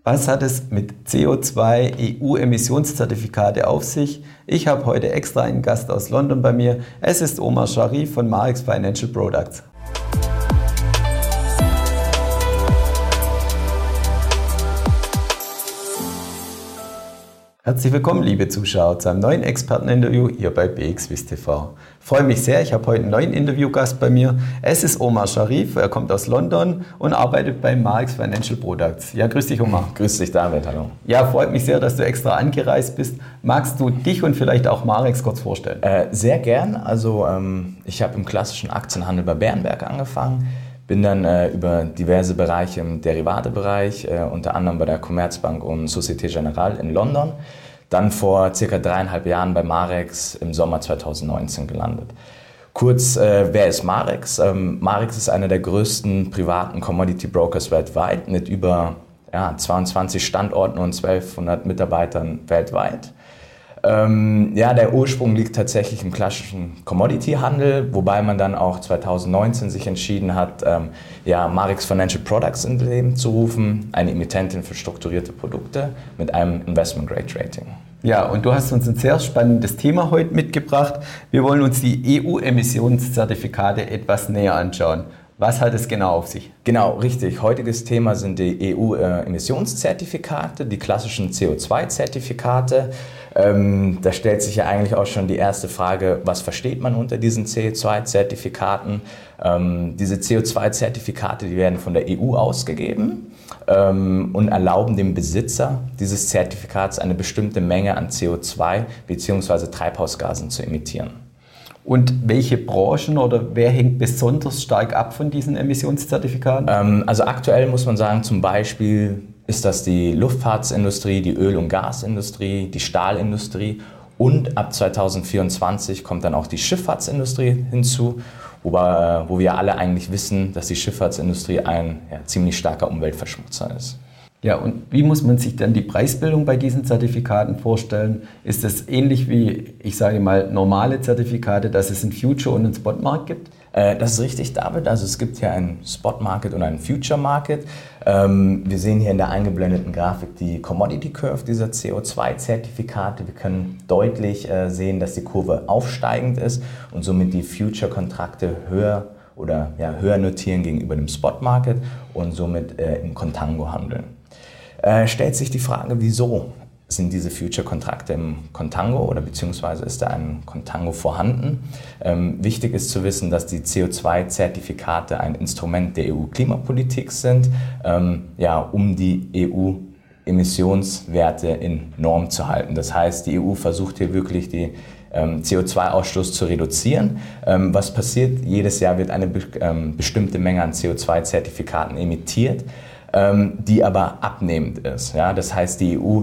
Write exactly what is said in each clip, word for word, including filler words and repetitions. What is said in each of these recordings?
Was hat es mit C O zwei E U-Emissionszertifikate auf sich? Ich habe heute extra einen Gast aus London bei mir. Es ist Omar Sharif von Marex Financial Products. Herzlich willkommen, liebe Zuschauer, zu einem neuen Experteninterview hier bei B X Wiss T V. Ich freue mich sehr, ich habe heute einen neuen Interviewgast bei mir. Es ist Omar Sharif, er kommt aus London und arbeitet bei Marex Financial Products. Ja, grüß dich, Omar. Grüß dich, David, hallo. Ja, freut mich sehr, dass du extra angereist bist. Magst du dich und vielleicht auch Marex kurz vorstellen? Äh, sehr gern. Also ähm, ich habe im klassischen Aktienhandel bei Bärenberg angefangen. Bin dann äh, über diverse Bereiche im Derivatebereich, äh, unter anderem bei der Commerzbank und Société Générale in London, dann vor circa dreieinhalb Jahren bei Marex im Sommer zweitausendneunzehn gelandet. Kurz, äh, wer ist Marex? Ähm, Marex ist einer der größten privaten Commodity Brokers weltweit mit über ja, zweiundzwanzig Standorten und zwölfhundert Mitarbeitern weltweit. Ähm, ja, der Ursprung liegt tatsächlich im klassischen Commodity-Handel, wobei man dann auch zweitausendneunzehn sich entschieden hat, ähm, ja, Marex Financial Products ins Leben zu rufen, eine Emittentin für strukturierte Produkte mit einem Investment-Grade-Rating. Ja, und du hast uns ein sehr spannendes Thema heute mitgebracht. Wir wollen uns die E U-Emissionszertifikate etwas näher anschauen. Was hat es genau auf sich? Genau, richtig. Heutiges Thema sind die E U-Emissionszertifikate, die klassischen C O zwei Zertifikate. Ähm, da stellt sich ja eigentlich auch schon die erste Frage, was versteht man unter diesen C O zwei Zertifikaten? Ähm, diese C O zwei Zertifikate, die werden von der E U ausgegeben ähm, und erlauben dem Besitzer dieses Zertifikats eine bestimmte Menge an C O zwei bzw. Treibhausgasen zu emittieren. Und welche Branchen oder wer hängt besonders stark ab von diesen Emissionszertifikaten? Ähm, also aktuell muss man sagen, zum Beispiel ist das die Luftfahrtsindustrie, die Öl- und Gasindustrie, die Stahlindustrie und ab zweitausendvierundzwanzig kommt dann auch die Schifffahrtsindustrie hinzu, wobei, wo wir alle eigentlich wissen, dass die Schifffahrtsindustrie ein ja, ziemlich starker Umweltverschmutzer ist. Ja, und wie muss man sich dann die Preisbildung bei diesen Zertifikaten vorstellen? Ist es ähnlich wie, ich sage mal, normale Zertifikate, dass es einen Future- und einen Spot-Markt gibt? Äh, das ist richtig, David. Also es gibt hier einen Spot-Market und einen Future-Market. Ähm, wir sehen hier in der eingeblendeten Grafik die Commodity Curve dieser C O zwei Zertifikate. Wir können deutlich äh, sehen, dass die Kurve aufsteigend ist und somit die Future-Kontrakte höher oder ja, höher notieren gegenüber dem Spot-Market und somit äh, im Contango handeln. Äh, stellt sich die Frage, wieso sind diese Future-Kontrakte im Contango oder beziehungsweise ist da ein Contango vorhanden? Ähm, wichtig ist zu wissen, dass die C O zwei Zertifikate ein Instrument der E U-Klimapolitik sind, ähm, ja, um die E U-Emissionswerte in Norm zu halten. Das heißt, die E U versucht hier wirklich die ähm, C O zwei Ausstoß zu reduzieren. Ähm, was passiert? Jedes Jahr wird eine be- ähm, bestimmte Menge an C O zwei Zertifikaten emittiert, die aber abnehmend ist. Ja? Das heißt, die E U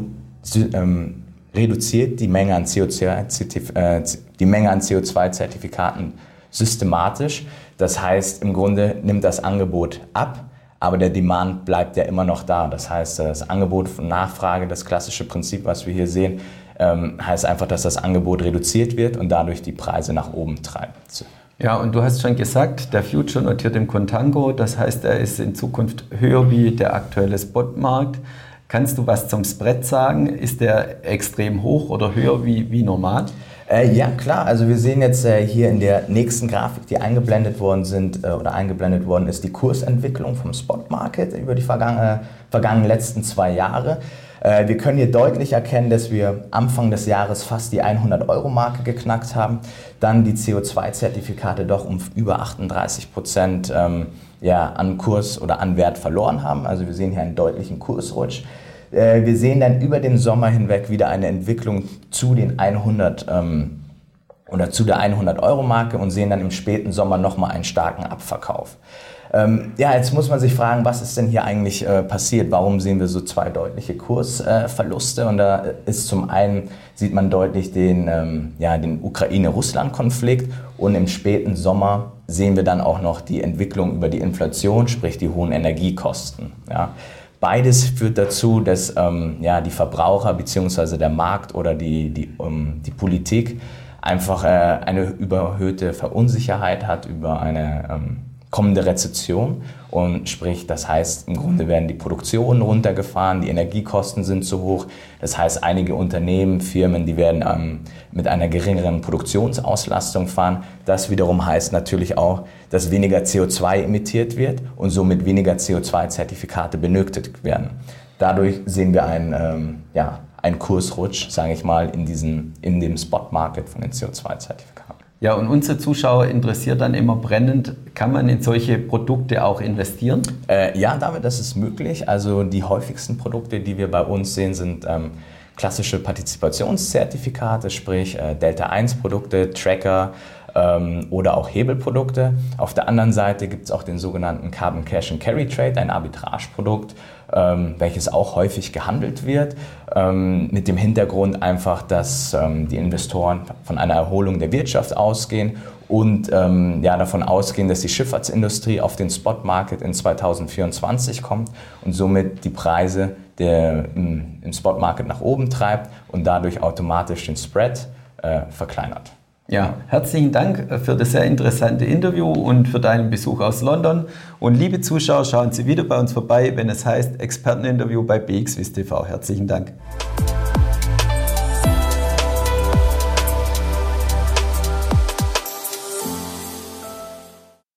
ähm, reduziert die Menge an C O zwei, äh, die Menge an C O zwei Zertifikaten systematisch. Das heißt, im Grunde nimmt das Angebot ab, aber der Demand bleibt ja immer noch da. Das heißt, das Angebot und Nachfrage, das klassische Prinzip, was wir hier sehen, ähm, heißt einfach, dass das Angebot reduziert wird und dadurch die Preise nach oben treibt. Ja, und du hast schon gesagt, der Future notiert im Contango, das heißt, er ist in Zukunft höher wie der aktuelle Spotmarkt. Kannst du was zum Spread sagen? Ist der extrem hoch oder höher wie, wie normal? Äh, ja, klar. Also wir sehen jetzt äh, hier in der nächsten Grafik, die eingeblendet worden sind äh, oder eingeblendet worden ist, die Kursentwicklung vom Spotmarket über die vergangenen, vergangenen letzten zwei Jahre. Äh, wir können hier deutlich erkennen, dass wir Anfang des Jahres fast die hundert-Euro-Marke geknackt haben, dann die C O zwei Zertifikate doch um über achtunddreißig Prozent ähm, ja, an Kurs oder an Wert verloren haben. Also wir sehen hier einen deutlichen Kursrutsch. Äh, wir sehen dann über den Sommer hinweg wieder eine Entwicklung zu den hundert ähm, oder zu der hundert-Euro-Marke und sehen dann im späten Sommer nochmal einen starken Abverkauf. Ähm, ja, jetzt muss man sich fragen, was ist denn hier eigentlich äh, passiert? Warum sehen wir so zwei deutliche Kursverluste? Äh, und da ist zum einen, sieht man deutlich den, ähm, ja, den Ukraine-Russland-Konflikt und im späten Sommer sehen wir dann auch noch die Entwicklung über die Inflation, sprich die hohen Energiekosten. Ja. Beides führt dazu, dass ähm, ja, die Verbraucher bzw. der Markt oder die, die, um, die Politik einfach äh, eine überhöhte Verunsicherheit hat über eine ähm, kommende Rezession. Und sprich, das heißt, im Grunde werden die Produktionen runtergefahren, die Energiekosten sind zu hoch. Das heißt, einige Unternehmen, Firmen, die werden ähm, mit einer geringeren Produktionsauslastung fahren. Das wiederum heißt natürlich auch, dass weniger C O zwei emittiert wird und somit weniger C O zwei Zertifikate benötigt werden. Dadurch sehen wir einen, ähm, ja, einen Kursrutsch, sage ich mal, in, diesen, in dem Spot-Market von den C O zwei Zertifikaten. Ja, und unsere Zuschauer interessiert dann immer brennend, kann man in solche Produkte auch investieren? Äh, ja, David, das ist möglich. Also die häufigsten Produkte, die wir bei uns sehen, sind ähm, klassische Partizipationszertifikate, sprich äh, Delta eins Produkte, Tracker ähm, oder auch Hebelprodukte. Auf der anderen Seite gibt es auch den sogenannten Carbon Cash and Carry Trade, ein Arbitrageprodukt, ähm, welches auch häufig gehandelt wird, ähm, mit dem Hintergrund einfach, dass ähm, die Investoren von einer Erholung der Wirtschaft ausgehen und ähm, ja, davon ausgehen, dass die Schifffahrtsindustrie auf den Spot-Market in zweitausendvierundzwanzig kommt und somit die Preise der, im, im Spot-Market nach oben treibt und dadurch automatisch den Spread äh, verkleinert. Ja, herzlichen Dank für das sehr interessante Interview und für deinen Besuch aus London. Und liebe Zuschauer, schauen Sie wieder bei uns vorbei, wenn es heißt Experteninterview bei B X W I S T V. Herzlichen Dank.